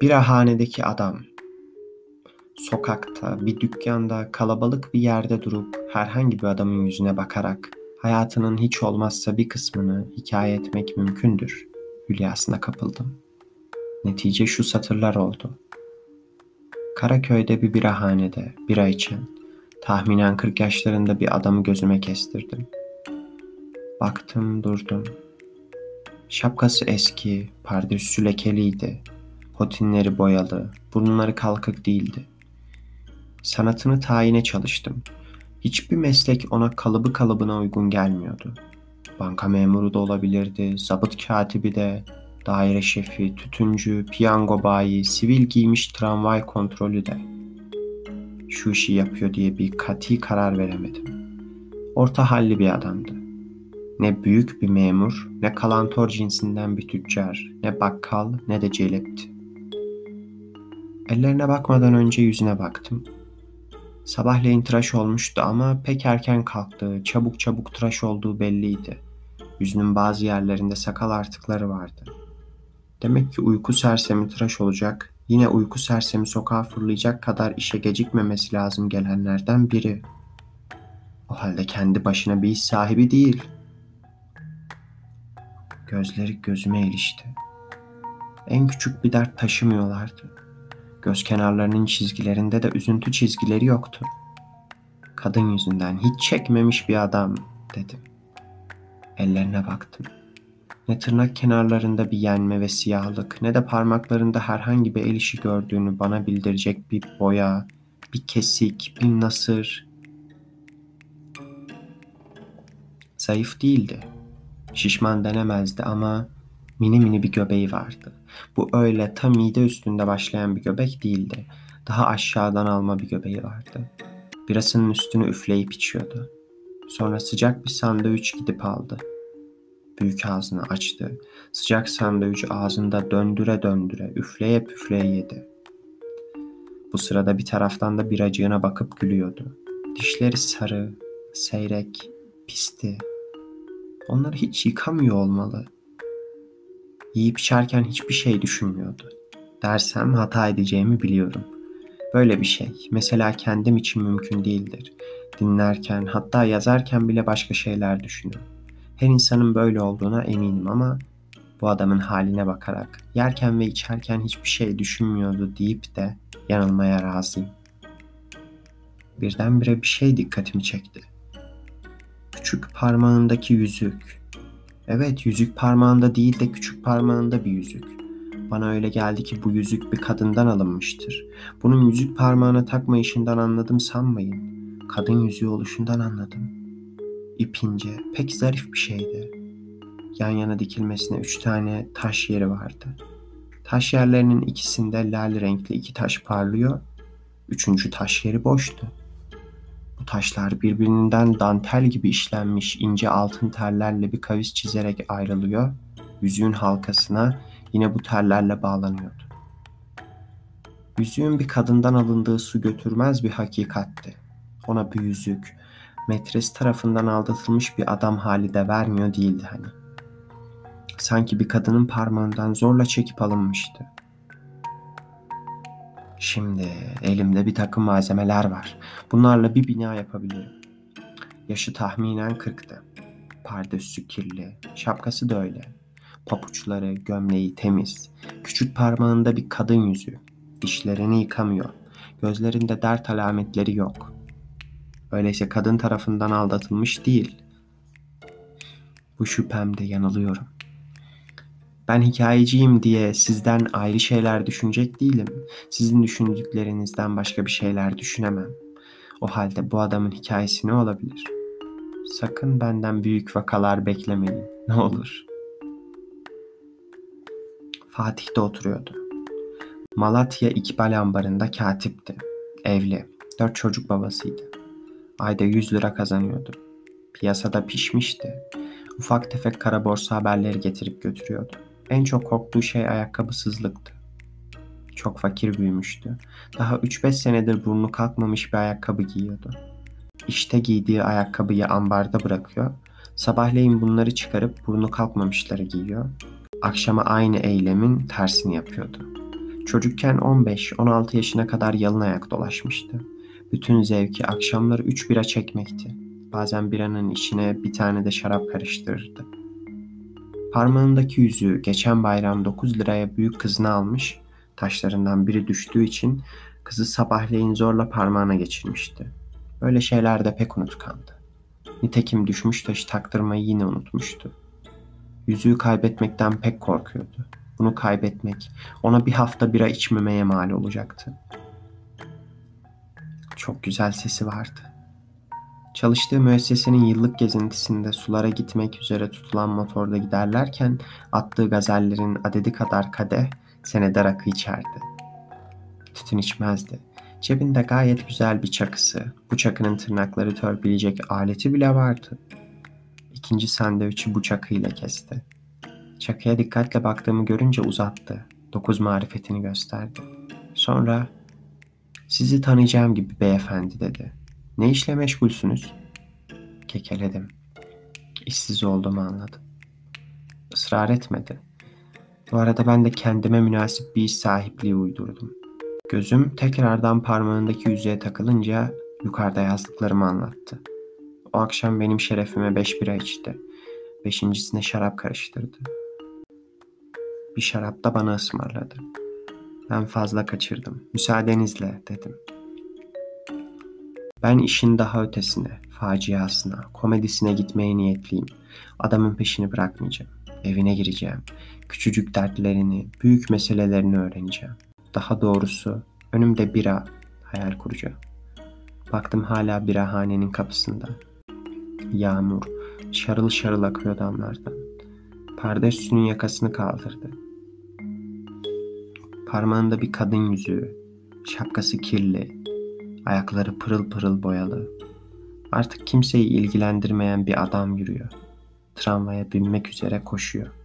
Birahanedeki adam. Sokakta, bir dükkanda, kalabalık bir yerde durup herhangi bir adamın yüzüne bakarak hayatının hiç olmazsa bir kısmını hikaye etmek mümkündür hülyasına kapıldım. Netice şu satırlar oldu. Karaköy'de bir birahanede bira içen, tahminen 40 yaşlarında bir adamı gözüme kestirdim. Baktım durdum. Şapkası eski, pardösü lekeliydi. Potinleri boyalı, burunları kalkık değildi. Sanatını tayine çalıştım. Hiçbir meslek ona kalıbı kalıbına uygun gelmiyordu. Banka memuru da olabilirdi, zabıt katibi de, daire şefi, tütüncü, piyango bayi, sivil giymiş tramvay kontrolü de. Şu işi yapıyor diye bir kati karar veremedim. Orta halli bir adamdı. Ne büyük bir memur, ne kalantor cinsinden bir tüccar, ne bakkal, ne de celepti. Ellerine bakmadan önce yüzüne baktım. Sabahleyin tıraş olmuştu ama pek erken kalktı, çabuk çabuk tıraş olduğu belliydi. Yüzünün bazı yerlerinde sakal artıkları vardı. Demek ki uyku sersemi tıraş olacak, yine uyku sersemi sokağa fırlayacak kadar işe gecikmemesi lazım gelenlerden biri. O halde kendi başına bir iş sahibi değil. Gözleri gözüme ilişti. En küçük bir dert taşımıyorlardı. Göz kenarlarının çizgilerinde de üzüntü çizgileri yoktu. Kadın yüzünden hiç çekmemiş bir adam, dedim. Ellerine baktım. Ne tırnak kenarlarında bir yenme ve siyahlık, ne de parmaklarında herhangi bir el işi gördüğünü bana bildirecek bir boya, bir kesik, bir nasır. Zayıf değildi. Şişman denemezdi ama mini mini bir göbeği vardı. Bu öyle tam mide üstünde başlayan bir göbek değildi. Daha aşağıdan alma bir göbeği vardı. Birasının üstünü üfleyip içiyordu. Sonra sıcak bir sandviç gidip aldı. Büyük ağzını açtı. Sıcak sandviçi ağzında döndüre döndüre, üfleye püfleye yedi. Bu sırada bir taraftan da biracığına bakıp gülüyordu. Dişleri sarı, seyrek, pisti. Onları hiç yıkamıyor olmalı. Yiyip içerken hiçbir şey düşünmüyordu. Dersem hata edeceğimi biliyorum. Böyle bir şey, mesela kendim için mümkün değildir. Dinlerken, hatta yazarken bile başka şeyler düşünüyorum. Her insanın böyle olduğuna eminim ama bu adamın haline bakarak yerken ve içerken hiçbir şey düşünmüyordu deyip de yanılmaya razıyım. Birdenbire bir şey dikkatimi çekti. Küçük parmağındaki yüzük. Evet, yüzük parmağında değil de küçük parmağında bir yüzük. Bana öyle geldi ki bu yüzük bir kadından alınmıştır. Bunun yüzük parmağına takma işinden anladım sanmayın. Kadın yüzüğü oluşundan anladım. İpince, pek zarif bir şeydi. Yan yana dikilmesine 3 tane taş yeri vardı. Taş yerlerinin ikisinde lale renkli 2 taş parlıyor. 3. taş yeri boştu. Bu taşlar birbirinden dantel gibi işlenmiş ince altın tellerle bir kavis çizerek ayrılıyor. Yüzüğün halkasına yine bu tellerle bağlanıyordu. Yüzüğün bir kadından alındığı su götürmez bir hakikatti. Ona bir yüzük, metresi tarafından aldatılmış bir adam hali de vermiyor değildi hani. Sanki bir kadının parmağından zorla çekip alınmıştı. Şimdi elimde bir takım malzemeler var. Bunlarla bir bina yapabilirim. Yaşı tahminen 40'tı. Pardösü kirli, şapkası da öyle. Papuçları, gömleği temiz. Küçük parmağında bir kadın yüzüğü. Dişlerini yıkamıyor. Gözlerinde dert alametleri yok. Öyleyse kadın tarafından aldatılmış değil. Bu şüphemde yanılıyorum. Ben hikayeciyim diye sizden ayrı şeyler düşünecek değilim. Sizin düşündüklerinizden başka bir şeyler düşünemem. O halde bu adamın hikayesi ne olabilir? Sakın benden büyük vakalar beklemeyin. Ne olur. Fatih'te oturuyordu. Malatya İkbal Ambarı'nda katipti. Evli. 4 çocuk babasıydı. Ayda 100 lira kazanıyordu. Piyasada pişmişti. Ufak tefek kara borsa haberleri getirip götürüyordu. En çok korktuğu şey ayakkabısızlıktı. Çok fakir büyümüştü. Daha 3-5 senedir burnu kalkmamış bir ayakkabı giyiyordu. İşte giydiği ayakkabıyı ambarda bırakıyor. Sabahleyin bunları çıkarıp burnu kalkmamışları giyiyor. Akşama aynı eylemin tersini yapıyordu. Çocukken 15-16 yaşına kadar yalın ayak dolaşmıştı. Bütün zevki akşamları 3 bira çekmekti. Bazen biranın içine bir tane de şarap karıştırırdı. Parmağındaki yüzüğü geçen bayram 9 liraya büyük kızına almış, taşlarından biri düştüğü için kızı sabahleyin zorla parmağına geçirmişti. Böyle şeylerde pek unutkandı. Nitekim düşmüş taşı taktırmayı yine unutmuştu. Yüzüğü kaybetmekten pek korkuyordu. Bunu kaybetmek ona bir hafta bira içmemeye mal olacaktı. Çok güzel sesi vardı. Çalıştığı müessesenin yıllık gezintisinde sulara gitmek üzere tutulan motorda giderlerken attığı gazellerin adedi kadar kadeh senede rakı içerdi. Tütün içmezdi. Cebinde gayet güzel bir çakısı, bu çakının tırnakları törpüleyecek aleti bile vardı. İkinci sandviçi bu çakıyla kesti. Çakıya dikkatle baktığımı görünce uzattı. 9 marifetini gösterdi. Sonra "Sizi tanıyacağım gibi beyefendi" dedi. "Ne işle meşgulsünüz?" Kekeledim. İşsiz olduğumu anladım. Israr etmedi. Bu arada ben de kendime münasip bir iş sahipliği uydurdum. Gözüm tekrardan parmağındaki yüzüğe takılınca yukarıda yazdıklarımı anlattı. O akşam benim şerefime 5 bira içti. Beşincisine şarap karıştırdı. Bir şarap da bana ısmarladı. Ben fazla kaçırdım. "Müsaadenizle" dedim. Ben işin daha ötesine, faciasına, komedisine gitmeye niyetliyim. Adamın peşini bırakmayacağım. Evine gireceğim. Küçücük dertlerini, büyük meselelerini öğreneceğim. Daha doğrusu önümde bira hayal kuracağım. Baktım hala birahanenin kapısında. Yağmur şarıl şarıl akıyor damlardan. Pardesünün yakasını kaldırdı. Parmağında bir kadın yüzüğü. Şapkası kirli. Ayakları pırıl pırıl boyalı. Artık kimseyi ilgilendirmeyen bir adam yürüyor. Tramvaya binmek üzere koşuyor.